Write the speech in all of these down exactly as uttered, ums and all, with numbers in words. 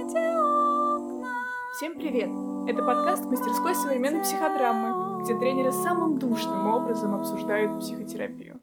Всем привет! Это подкаст мастерской современной психодрамы, где тренеры самым душным образом обсуждают психотерапию.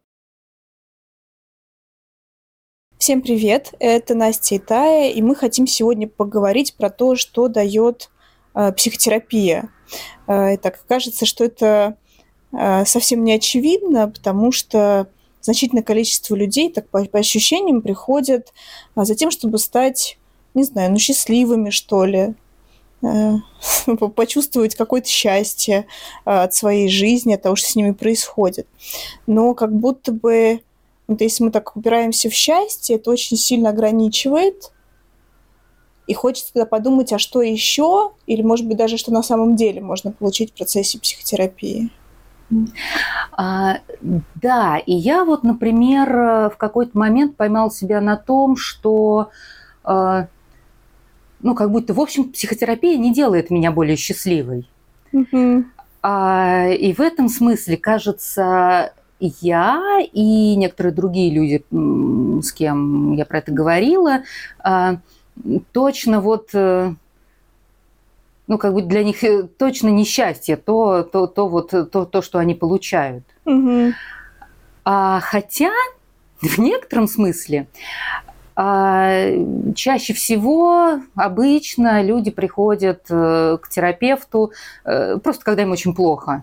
Всем привет! Это Настя и Тая, и мы хотим сегодня поговорить про то, что дает э, психотерапия. Э, так кажется, что это э, совсем не очевидно, потому что значительное количество людей, так по, по ощущениям, приходят а, за тем, чтобы стать, не знаю, ну счастливыми, что ли, э, почувствовать какое-то счастье э, от своей жизни, от того, что с ними происходит. Но как будто бы вот если мы так упираемся в счастье, это очень сильно ограничивает. И хочется тогда подумать, а что еще? Или, может быть, даже что на самом деле можно получить в процессе психотерапии. А, да, и я вот, например, в какой-то момент поймала себя на том, что, а, ну, как будто, в общем, психотерапия не делает меня более счастливой. Mm-hmm. А, и в этом смысле, кажется, я и некоторые другие люди, с кем я про это говорила, точно вот, ну, как бы для них точно несчастье, то, то, то, вот, то, то, что они получают. Mm-hmm. А, хотя в некотором смысле а, чаще всего обычно люди приходят к терапевту просто когда им очень плохо.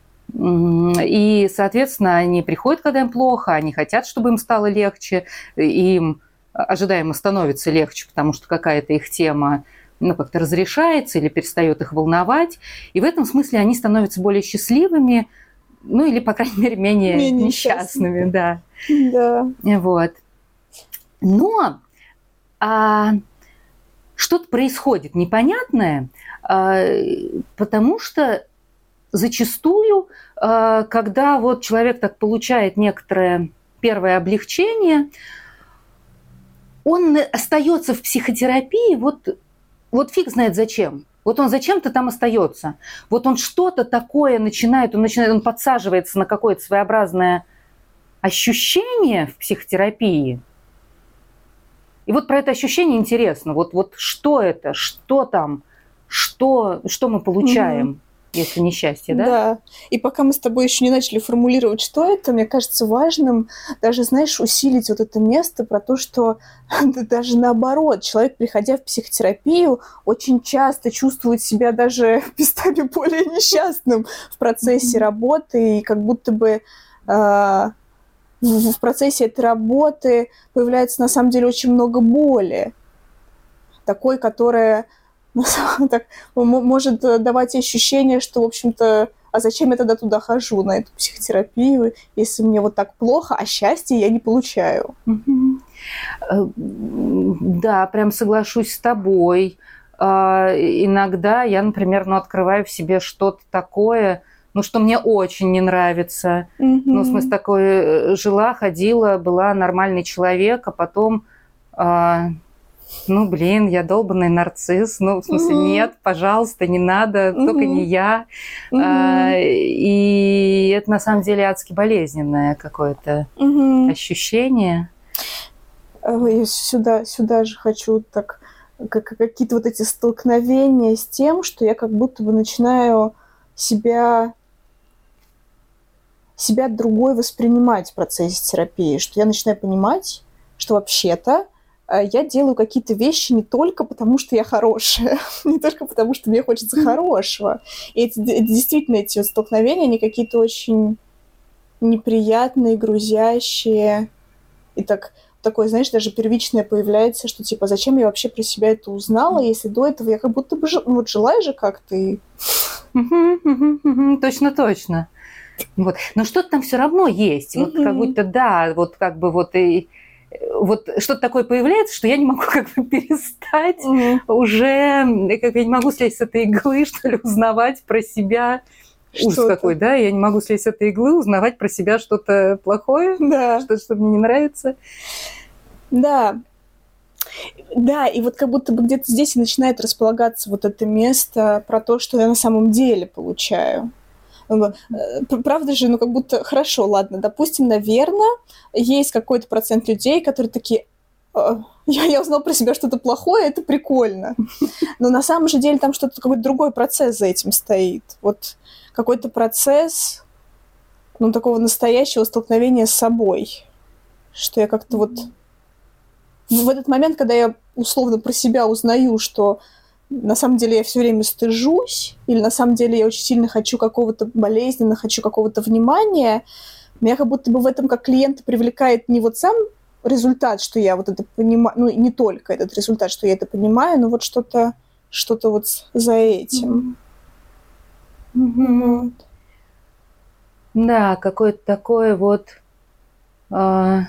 И, соответственно, они приходят, когда им плохо, они хотят, чтобы им стало легче, и им ожидаемо становится легче, потому что какая-то их тема, ну, как-то разрешается или перестает их волновать. И в этом смысле они становятся более счастливыми, ну, или, по крайней мере, менее, менее несчастными. несчастными. Да. Да. Вот. Но а, что-то происходит непонятное, а, потому что зачастую, когда вот человек так получает некоторое первое облегчение, он остается в психотерапии, вот, вот фиг знает зачем. Вот он зачем-то там остается. Вот он что-то такое начинает, он начинает, он подсаживается на какое-то своеобразное ощущение в психотерапии. И вот про это ощущение интересно. Вот, вот что это, что там, что, что мы получаем. Mm-hmm. Если несчастье, да? Да. И пока мы с тобой еще не начали формулировать, что это, мне кажется важным даже, знаешь, усилить вот это место про то, что даже наоборот, человек, приходя в психотерапию, очень часто чувствует себя даже местами более несчастным в процессе mm-hmm. работы, и как будто бы э, в процессе этой работы появляется на самом деле очень много боли, такой, которая так, может давать ощущение, что, в общем-то, а зачем я тогда туда хожу, на эту психотерапию, если мне вот так плохо, а счастья я не получаю. Да, прям соглашусь с тобой. Иногда я, например, ну, открываю в себе что-то такое, ну, что мне очень не нравится. Mm-hmm. Ну, в смысле, такое, жила, ходила, была нормальный человек, а потом... Ну, блин, я долбанный нарцисс. Ну, в смысле, mm-hmm. нет, пожалуйста, не надо, mm-hmm. только не я. Mm-hmm. А, и это, на самом деле, адски болезненное какое-то mm-hmm. ощущение. Я сюда, сюда же хочу так, как, какие-то вот эти столкновения с тем, что я как будто бы начинаю себя, себя другой воспринимать в процессе терапии, что я начинаю понимать, что вообще-то я делаю какие-то вещи не только потому, что я хорошая, не только потому, что мне хочется хорошего. И эти, это, действительно эти столкновения, они какие-то очень неприятные, грузящие. И так, такое, знаешь, даже первичное появляется, что типа, зачем я вообще про себя это узнала, если до этого я как будто бы жила, ну, вот жила же как-то и... Точно-точно. Вот. Но что-то там все равно есть. Вот как будто, да, вот как бы вот и... Вот что-то такое появляется, что я не могу как бы перестать mm-hmm. уже, как я не могу слезть с этой иглы, что ли, узнавать про себя. Ужас что-то. Какой, да? Я не могу слезть с этой иглы, узнавать про себя что-то плохое, да. что-то, что мне не нравится. Да. Да, и вот как будто бы где-то здесь и начинает располагаться вот это место про то, что я на самом деле получаю. Правда же, ну как будто, хорошо, ладно, допустим, наверное, есть какой-то процент людей, которые такие, я, я узнала про себя что-то плохое, это прикольно. Но на самом же деле там что-то, какой-то другой процесс за этим стоит. Вот какой-то процесс, ну, такого настоящего столкновения с собой. Что я как-то вот... В этот момент, когда я условно про себя узнаю, что на самом деле я все время стыжусь, или на самом деле я очень сильно хочу какого-то болезненно, хочу какого-то внимания, меня как будто бы в этом как клиента привлекает не вот сам результат, что я вот это понимаю, ну, не только этот результат, что я это понимаю, но вот что-то, что-то вот за этим. Mm-hmm. Вот. Да, какое-то такое вот... А...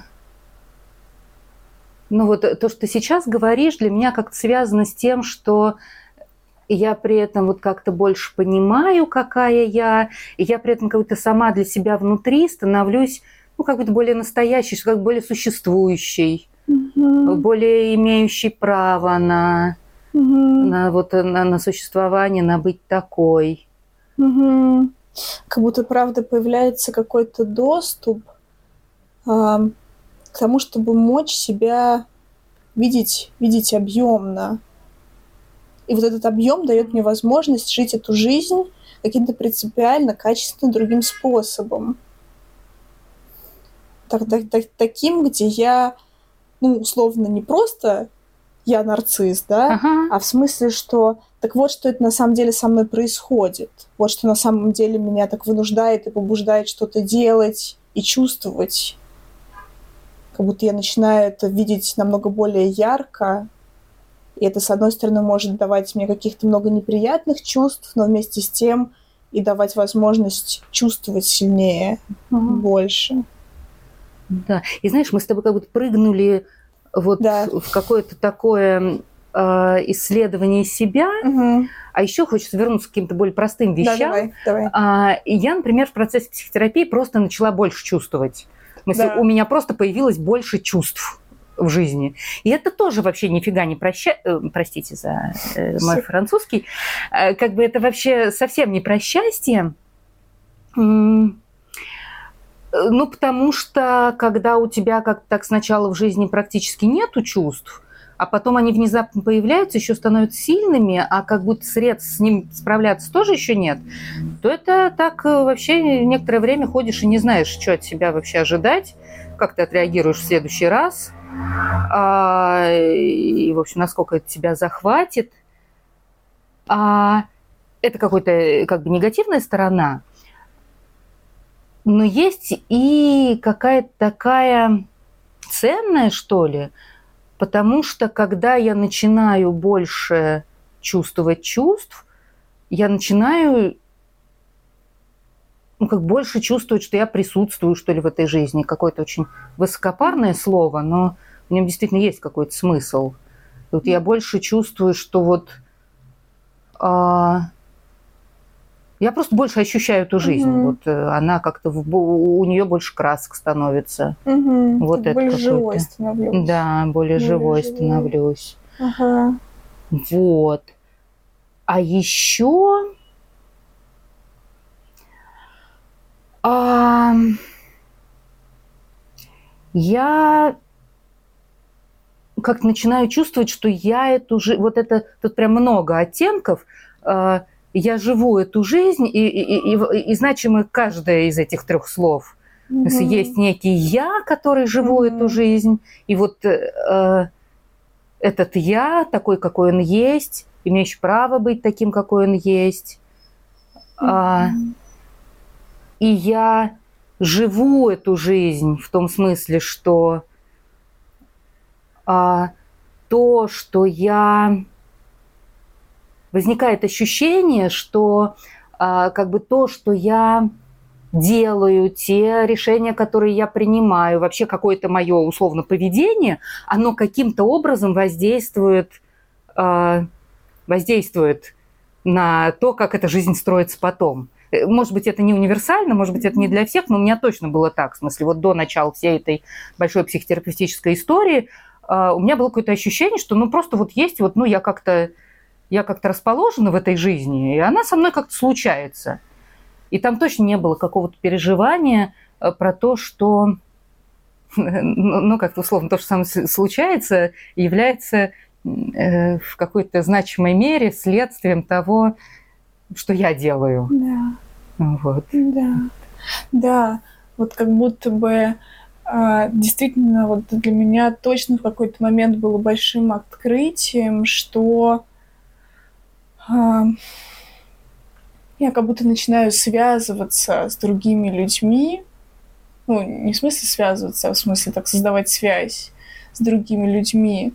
Ну вот то, что ты сейчас говоришь, для меня как-то связано с тем, что я при этом вот как-то больше понимаю, какая я, и я при этом как-то сама для себя внутри становлюсь, ну, как бы более настоящей, как бы более существующей, mm-hmm. более имеющей право на, mm-hmm. на, вот, на, на существование, на быть такой. Mm-hmm. Как будто, правда, появляется какой-то доступ а, к тому, чтобы мочь себя видеть, видеть объемно. И вот этот объем дает мне возможность жить эту жизнь каким-то принципиально, качественно другим способом. Так, так, так, таким, где я, ну, условно, не просто я нарцисс, да, ага. а в смысле, что так вот, что это на самом деле со мной происходит. Вот что на самом деле меня так вынуждает и побуждает что-то делать и чувствовать. Как будто я начинаю это видеть намного более ярко. И это, с одной стороны, может давать мне каких-то много неприятных чувств, но вместе с тем и давать возможность чувствовать сильнее, mm-hmm. больше. Да. И знаешь, мы с тобой как будто прыгнули вот да. в какое-то такое э, исследование себя, mm-hmm. а еще хочется вернуться к каким-то более простым вещам. Да, давай, давай. А, и я, например, в процессе психотерапии просто начала больше чувствовать. В смысле, да. у меня просто появилось больше чувств в жизни. И это тоже вообще нифига не проща... Простите за э, мой французский. Э, как бы это вообще совсем не про счастье. Ну, потому что когда у тебя как-то так сначала в жизни практически нету чувств, а потом они внезапно появляются, еще становятся сильными, а как будто средств с ним справляться тоже еще нет, то это так вообще некоторое время ходишь и не знаешь, что от себя вообще ожидать, как ты отреагируешь в следующий раз, а, и, в общем, насколько это тебя захватит. А, это какая-то как бы негативная сторона, но есть и какая-то такая ценная, что ли, потому что когда я начинаю больше чувствовать чувств, я начинаю ну, как больше чувствовать, что я присутствую, что ли, в этой жизни. Какое-то очень высокопарное слово, но в нем действительно есть какой-то смысл. Вот я больше чувствую, что вот а, я просто больше ощущаю эту жизнь. Mm-hmm. Вот она как-то в, у нее больше красок становится. Mm-hmm. Вот это более живой становлюсь. Да, более, более живой, живой становлюсь. Ага. Вот. А еще а, я как-то начинаю чувствовать, что я эту жизнь, вот это, тут прям много оттенков, а, я живу эту жизнь, и, и, и, и значимо каждое из этих трех слов. Mm-hmm. То есть есть некий я, который живу mm-hmm. эту жизнь, и вот э, этот я, такой, какой он есть, имеющий право быть таким, какой он есть. Mm-hmm. А, и я живу эту жизнь в том смысле, что а, то, что я... Возникает ощущение, что а, как бы то, что я делаю, те решения, которые я принимаю, вообще какое-то мое условно поведение, оно каким-то образом воздействует, а, воздействует на то, как эта жизнь строится потом. Может быть, это не универсально, может быть, это не для всех, но у меня точно было так. В смысле, вот до начала всей этой большой психотерапевтической истории а, у меня было какое-то ощущение, что ну просто вот есть, вот, ну я как-то я как-то расположена в этой жизни, и она со мной как-то случается. И там точно не было какого-то переживания про то, что ну, как-то условно, то, что со мной случается, является в какой-то значимой мере следствием того, что я делаю. Да. Вот. Да. Да. Вот как будто бы действительно вот для меня точно в какой-то момент было большим открытием, что я как будто начинаю связываться с другими людьми. Ну, не в смысле связываться, а в смысле так создавать связь с другими людьми.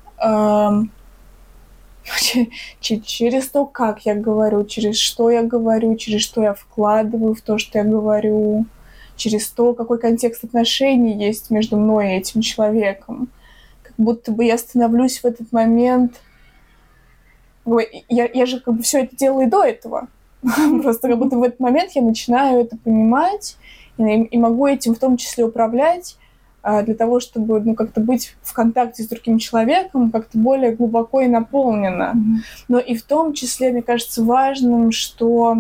Через то, как я говорю, через что я говорю, через что я вкладываю в то, что я говорю, через то, какой контекст отношений есть между мной и этим человеком. Как будто бы я становлюсь в этот момент... Я, я же как бы все это делала и до этого. Просто как будто в этот момент я начинаю это понимать и, и могу этим в том числе управлять а, для того, чтобы ну, как-то быть в контакте с другим человеком как-то более глубоко и наполненно. Но и в том числе, мне кажется, важным, что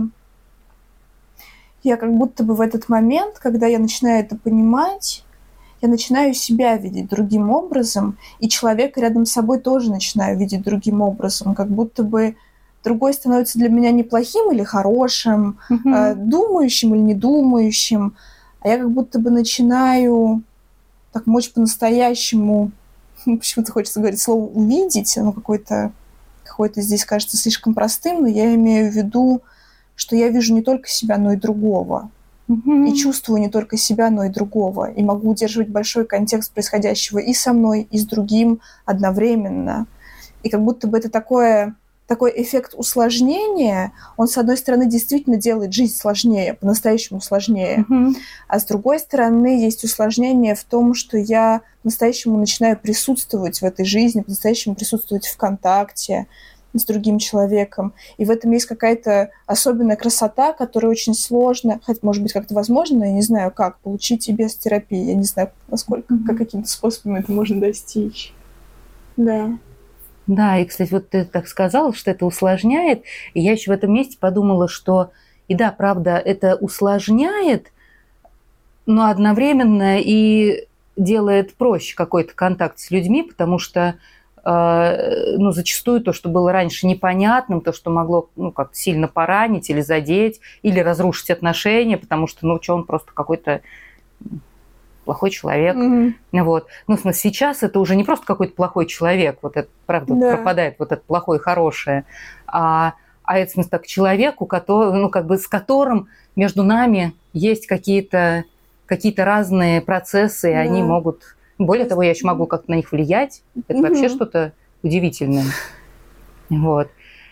я как будто бы в этот момент, когда я начинаю это понимать, я начинаю себя видеть другим образом, и человека рядом с собой тоже начинаю видеть другим образом, как будто бы другой становится для меня не плохим или хорошим, mm-hmm. думающим или не думающим, а я как будто бы начинаю так мочь по-настоящему, почему-то хочется говорить слово «увидеть», оно какое-то, какое-то здесь кажется слишком простым, но я имею в виду, что я вижу не только себя, но и другого. Mm-hmm. И чувствую не только себя, но и другого. И могу удерживать большой контекст происходящего и со мной, и с другим одновременно. И как будто бы это такое... такой эффект усложнения, он, с одной стороны, действительно делает жизнь сложнее, по-настоящему сложнее, mm-hmm. а с другой стороны, есть усложнение в том, что я по-настоящему начинаю присутствовать в этой жизни, по-настоящему присутствовать в контакте с другим человеком. И в этом есть какая-то особенная красота, которая очень сложно, хоть, может быть, как-то возможно, я не знаю, как, получить и без терапии. Я не знаю, насколько, mm-hmm. как, какими-то способами это можно достичь. Да. Да, и, кстати, вот ты так сказала, что это усложняет, и я еще в этом месте подумала, что, и да, правда, это усложняет, но одновременно и делает проще какой-то контакт с людьми, потому что, э, ну, зачастую то, что было раньше непонятным, то, что могло, ну, как-то сильно поранить или задеть, или разрушить отношения, потому что, ну, что он просто какой-то... плохой человек. Mm-hmm. Вот. Ну, в смысле, сейчас это уже не просто какой-то плохой человек, вот это, правда, да. пропадает вот это плохое, хорошее, а, а это, в смысле, так, человек, у которого, ну, как бы с которым между нами есть какие-то, какие-то разные процессы, и да. они могут... Более того, я еще могу как-то на них влиять. Это mm-hmm. вообще что-то удивительное. Вот.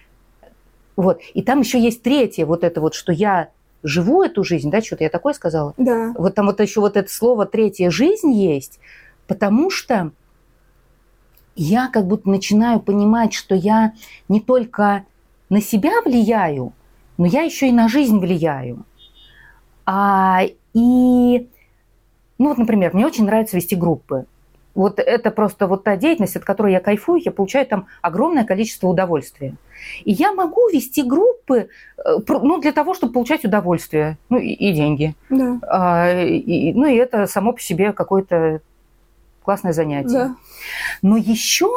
Вот. И там еще есть третье, вот это вот, что я живу эту жизнь, да, что-то я такое сказала? Да. Вот там вот еще вот это слово «третья жизнь» есть, потому что я как будто начинаю понимать, что я не только на себя влияю, но я еще и на жизнь влияю. А, и, ну вот, например, мне очень нравится вести группы. Вот это просто вот та деятельность, от которой я кайфую, я получаю там огромное количество удовольствия. И я могу вести группы, ну, для того, чтобы получать удовольствие, ну, и, и деньги. Да. А, и, ну, и это само по себе какое-то классное занятие. Да. Но еще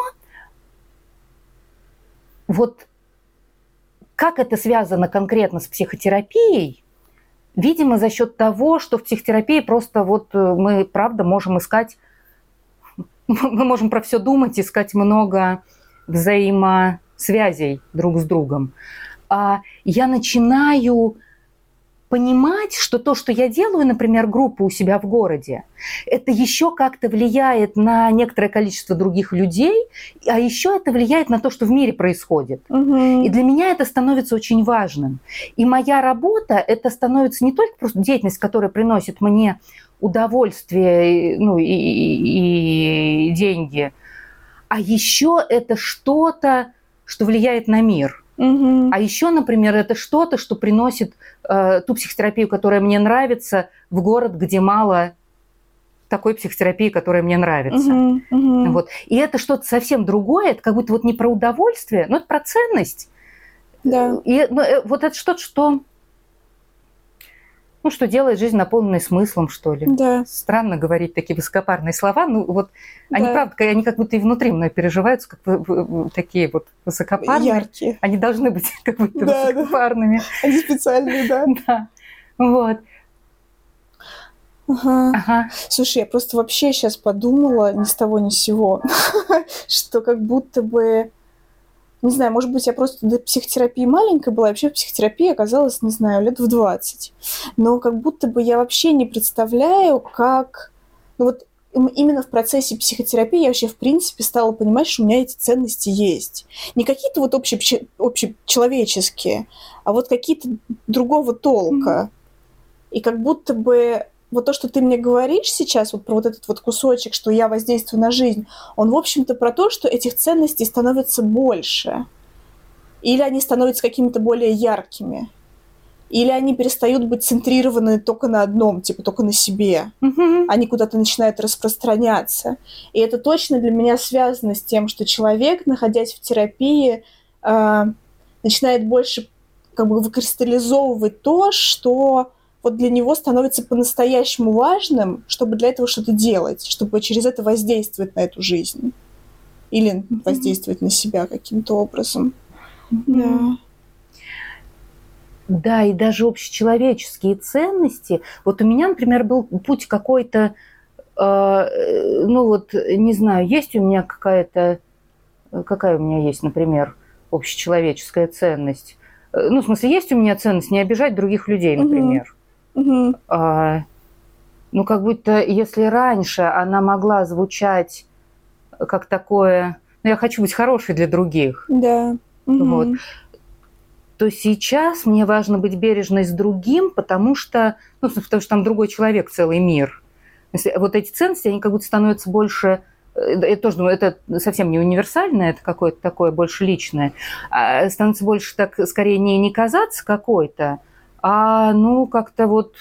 вот как это связано конкретно с психотерапией, видимо, за счет того, что в психотерапии просто вот мы, правда, можем искать, мы можем про все думать, искать много взаимосвязей друг с другом. А я начинаю понимать, что то, что я делаю, например, группу у себя в городе, это еще как-то влияет на некоторое количество других людей, а еще это влияет на то, что в мире происходит. Угу. И для меня это становится очень важным. И моя работа, это становится не только просто деятельность, которая приносит мне удовольствие, ну, и, и, и деньги, а еще это что-то, что влияет на мир. Угу. А еще, например, это что-то, что приносит э, ту психотерапию, которая мне нравится, в город, где мало такой психотерапии, которая мне нравится. Угу. Угу. Вот. И это что-то совсем другое, это как будто вот не про удовольствие, но это про ценность. Да. И ну, вот это что-то, что... ну, что делает жизнь наполненной смыслом, что ли. Да. Странно говорить такие высокопарные слова, ну вот они, Да. правда, они как будто и внутри мной переживаются, как вы- вы- вы- такие вот высокопарные. Яркие. Они должны быть как будто Да, да. высокопарными. Они специальные, да. Да. Вот. Ага. Ага. Слушай, я просто вообще сейчас подумала ни с того ни с сего, что как будто бы, не знаю, может быть, я просто до психотерапии маленькая была, и вообще в психотерапии оказалась, не знаю, лет в двадцать. Но как будто бы я вообще не представляю, как... Ну вот им- именно в процессе психотерапии я вообще, в принципе, стала понимать, что у меня эти ценности есть. Не какие-то вот общепче- общечеловеческие, а вот какие-то другого толка. И как будто бы вот то, что ты мне говоришь сейчас, вот про вот этот вот кусочек, что я воздействую на жизнь, он, в общем-то, про то, что этих ценностей становится больше. Или они становятся какими-то более яркими. Или они перестают быть центрированы только на одном, типа только на себе. Мгм. Они куда-то начинают распространяться. И это точно для меня связано с тем, что человек, находясь в терапии, э, начинает больше как бы выкристаллизовывать то, что вот для него становится по-настоящему важным, чтобы для этого что-то делать, чтобы через это воздействовать на эту жизнь. Или воздействовать на себя каким-то образом. Да. Да, и даже общечеловеческие ценности. Вот у меня, например, был путь какой-то, э, ну вот, не знаю, есть у меня какая-то, какая у меня есть, например, общечеловеческая ценность. Э, Ну, в смысле, есть у меня ценность не обижать других людей, Мгм. например. Мгм. А, ну, как будто, если раньше она могла звучать как такое, ну, я хочу быть хорошей для других, Да. Мгм. Вот. то сейчас мне важно быть бережной с другим, потому что, ну, потому что там другой человек, целый мир. Если вот эти ценности, они как будто становятся больше, э, я тоже думаю, это совсем не универсальное, это какое-то такое больше личное, а становится больше так, скорее, не, не казаться какой-то, а, ну, как-то вот,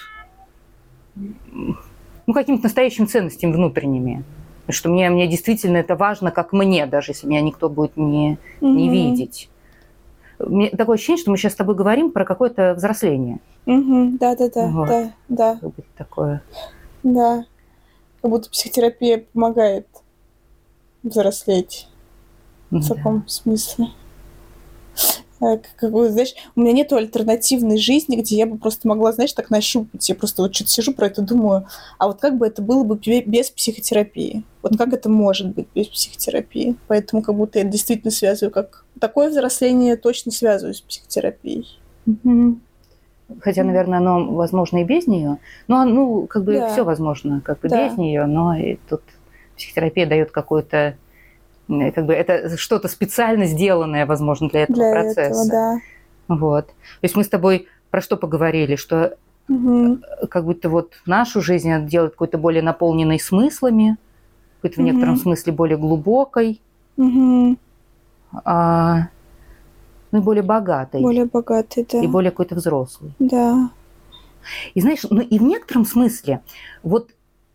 ну, каким-то настоящим ценностям внутренними. Что мне, мне действительно это важно, как мне, даже если меня никто будет не, не Мгм. видеть. Мне такое ощущение, что мы сейчас с тобой говорим про какое-то взросление. Мгм. Да-да-да. Вот. Да. Да. Как бы такое. Да. Как будто психотерапия помогает взрослеть в Да. таком смысле. А, к- Как бы, знаешь, у меня нету альтернативной жизни, где я бы просто могла, знаешь, так нащупать. Я просто вот что-то сижу про это, думаю, а вот как бы это было бы бе- без психотерапии? Вот как это может быть без психотерапии? Поэтому как будто я действительно связываю, как такое взросление точно связываю с психотерапией. Мгм. Хотя, наверное, оно возможно и без нее. Но, ну, как бы Да. все возможно, как бы Да. без нее, но и тут психотерапия дает какое-то, м, как бы это что-то специально сделанное, возможно, для этого Для процесса. этого, да. Вот. То есть мы с тобой про что поговорили, что Мгм. как будто вот нашу жизнь надо делать какой-то более наполненной смыслами, какой-то в некотором Мгм. смысле более глубокой, Мгм. а, ну и более богатой, Более богатый, да. и более какой-то взрослой. Да. И знаешь, ну и в некотором смысле, вот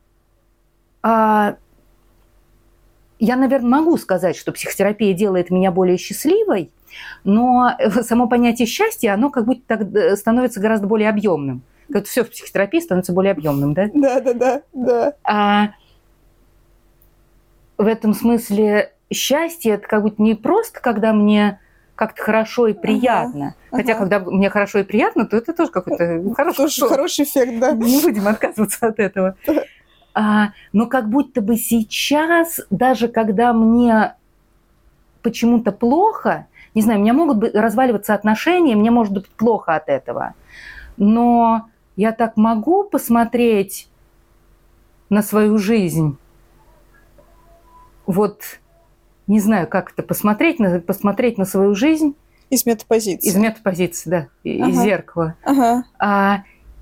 а, я, наверное, могу сказать, что психотерапия делает меня более счастливой, но само понятие счастья, оно как будто так э, становится гораздо более объемным. Как все в психотерапии становится более объемным, да? Да-да-да. Да. А в этом смысле счастье это как будто не просто, когда мне как-то хорошо и приятно. Ага, Хотя, ага. когда мне хорошо и приятно, то это тоже какой-то хороший Тоже кусок. хороший эффект, да. Не будем отказываться от этого. А, но как будто бы сейчас, даже когда мне почему-то плохо, не знаю, у меня могут быть, разваливаться отношения, мне может быть плохо от этого, но я так могу посмотреть на свою жизнь, вот, не знаю, как это, посмотреть на, посмотреть на свою жизнь Из метапозиции. из метапозиции, да, и- из Ага. зеркала. Ага. А,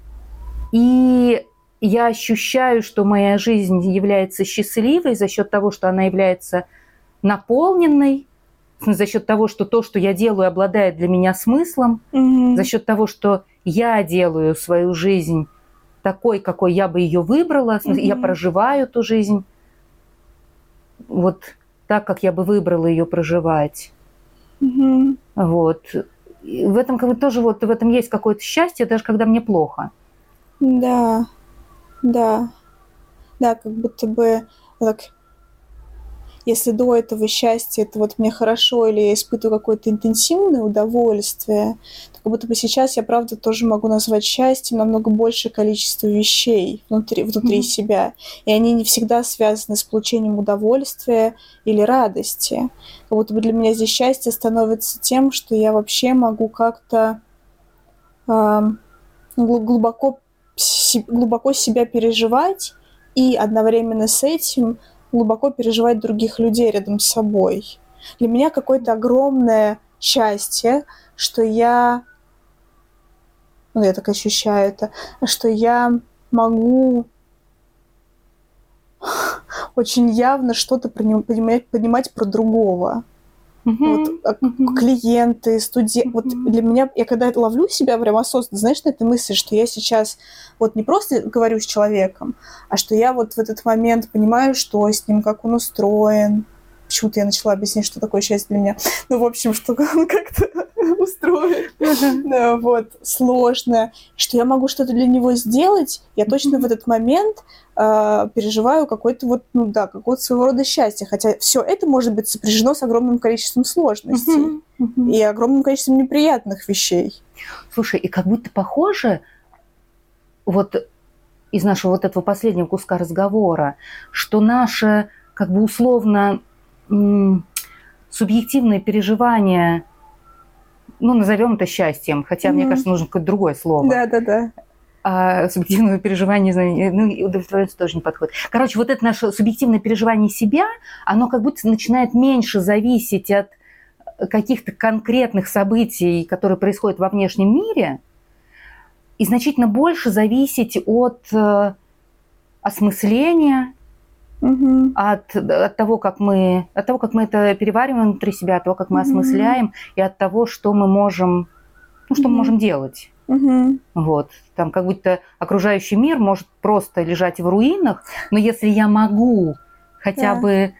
и я ощущаю, что моя жизнь является счастливой за счет того, что она является наполненной, в смысле, за счет того, что то, что я делаю, обладает для меня смыслом, Мгм. за счет того, что я делаю свою жизнь такой, какой я бы ее выбрала, в смысле, я Мгм. проживаю эту жизнь вот так, как я бы выбрала ее проживать. Мгм. Вот. И в этом как бы тоже вот в этом есть какое-то счастье, даже когда мне плохо. Да, да, да, как будто бы так, если до этого счастье, это вот мне хорошо, или я испытываю какое-то интенсивное удовольствие, то как будто бы сейчас я, правда, тоже могу назвать счастьем намного большее количество вещей внутри, внутри mm-hmm. себя. И они не всегда связаны с получением удовольствия или радости. Как будто бы для меня здесь счастье становится тем, что я вообще могу как-то э, глубоко, глубоко себя переживать и одновременно с этим глубоко переживать других людей рядом с собой. Для меня какое-то огромное счастье, что я, ну, я так ощущаю это, что я могу очень явно что-то понимать, понимать про другого. Mm-hmm. Вот, mm-hmm. клиенты, студенты. Mm-hmm. Вот для меня, я когда ловлю себя прям осознанно, знаешь, на этой мысли, что я сейчас вот не просто говорю с человеком, а что я вот в этот момент понимаю, что с ним, как он устроен. Почему-то я начала объяснять, что такое счастье для меня. Ну, в общем, что он как-то устроен. Uh-huh. Да, вот, сложно. Что я могу что-то для него сделать, я точно uh-huh. в этот момент э, переживаю какое-то вот, ну да, какое-то своего рода счастье. Хотя все это может быть сопряжено с огромным количеством сложностей uh-huh. Uh-huh. и огромным количеством неприятных вещей. Слушай, и как будто похоже вот из нашего вот этого последнего куска разговора, что наше как бы условно субъективное переживание, ну, назовем это счастьем, хотя, mm-hmm. мне кажется, нужно какое-то другое слово. Да-да-да. А субъективное переживание, не знаю, ну, удовлетворенность тоже не подходит. Короче, вот это наше субъективное переживание себя, оно как будто начинает меньше зависеть от каких-то конкретных событий, которые происходят во внешнем мире, и значительно больше зависеть от э, осмысления, Угу. От, от того, как мы, от того, как мы это перевариваем внутри себя, от того, как мы угу. осмысляем, и от того, что мы можем, ну, что угу. мы можем делать. Угу. Вот. Там как будто окружающий мир может просто лежать в руинах, но если я могу хотя да. бы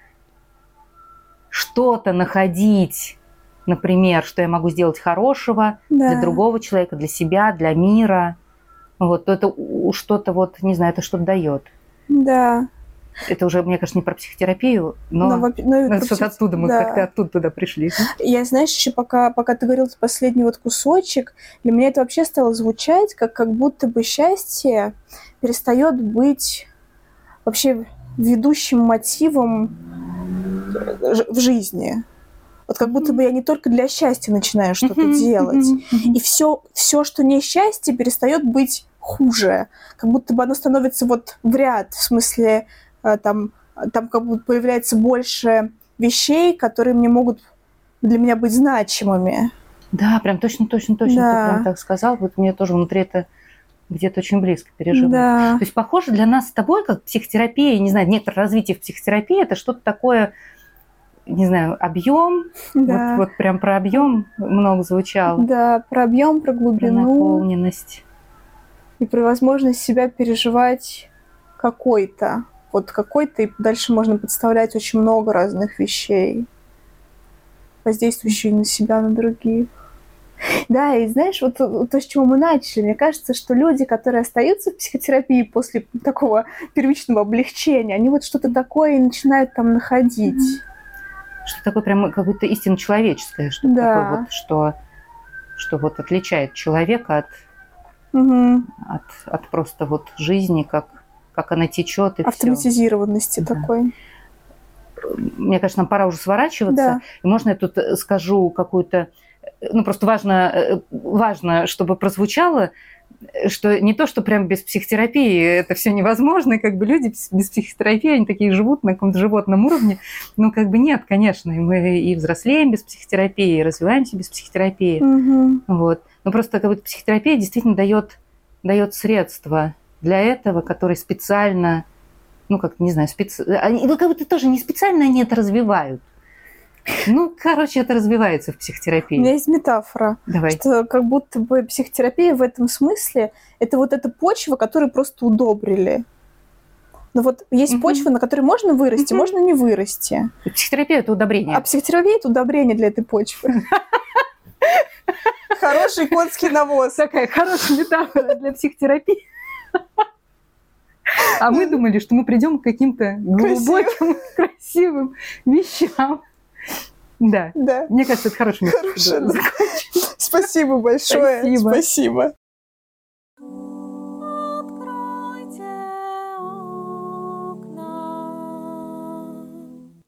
что-то находить, например, что я могу сделать хорошего да. для другого человека, для себя, для мира, вот, то это что-то, вот, не знаю, это что-то дает. Да. Это уже, мне кажется, не про психотерапию, но, но, но, но что-то оттуда, мы да. как-то оттуда туда пришли. Я, знаешь, еще пока, пока ты говорил последний вот кусочек, для меня это вообще стало звучать, как, как будто бы счастье перестает быть вообще ведущим мотивом в жизни. Вот как будто бы я не только для счастья начинаю что-то mm-hmm. делать. Mm-hmm. И все, все, что не счастье, перестает быть хуже. Как будто бы оно становится вот в ряд, в смысле... Там, там как будто появляется больше вещей, которые мне могут для меня быть значимыми. Да, прям точно, точно, точно. Да. Ты прям так сказал. Вот мне тоже внутри это где-то очень близко переживаю. Да. То есть, похоже, для нас с тобой, как психотерапия, не знаю, некоторое развитие в психотерапии, это что-то такое, не знаю, объем. Да. Вот, вот прям про объем много звучало. Да, про объем, про глубину. Про наполненность. И про возможность себя переживать какой-то. Вот какой-то, и дальше можно подставлять очень много разных вещей, воздействующих на себя, на других. Да, и знаешь, вот то, с чего мы начали, мне кажется, что люди, которые остаются в психотерапии после такого первичного облегчения, они вот что-то такое начинают там находить. Mm-hmm. Что такое прям какое-то истинно человеческое, что да. такое вот, что, что вот отличает человека от, mm-hmm. от, от просто вот жизни, как как она течет и автоматизированности все. такой. Мне кажется, нам пора уже сворачиваться. Да. И можно я тут скажу какую-то... Ну, просто важно, важно, чтобы прозвучало, что не то, что прям без психотерапии это все невозможно, и как бы люди без психотерапии, они такие живут на каком-то животном уровне. Ну, как бы нет, конечно. И мы и взрослеем без психотерапии, и развиваемся без психотерапии. Угу. Вот. Но просто как бы психотерапия действительно дает, дает средства для этого, которые специально, ну, как, не знаю, специ... они, ну, как будто тоже не специально они это развивают. Ну, короче, это развивается в психотерапии. У меня есть метафора, Давай. Что как будто бы психотерапия в этом смысле это вот эта почва, которую просто удобрили. Но вот есть угу. почва, на которой можно вырасти, угу. можно не вырасти. Психотерапия – это удобрение. А психотерапия – это удобрение для этой почвы. Хороший конский навоз. Такая хорошая метафора для психотерапии. А мы думали, что мы придем к каким-то глубоким, красивым вещам. Да. Да. Мне кажется, это хорошее место. Хорошее, да. Спасибо большое. Спасибо. Спасибо.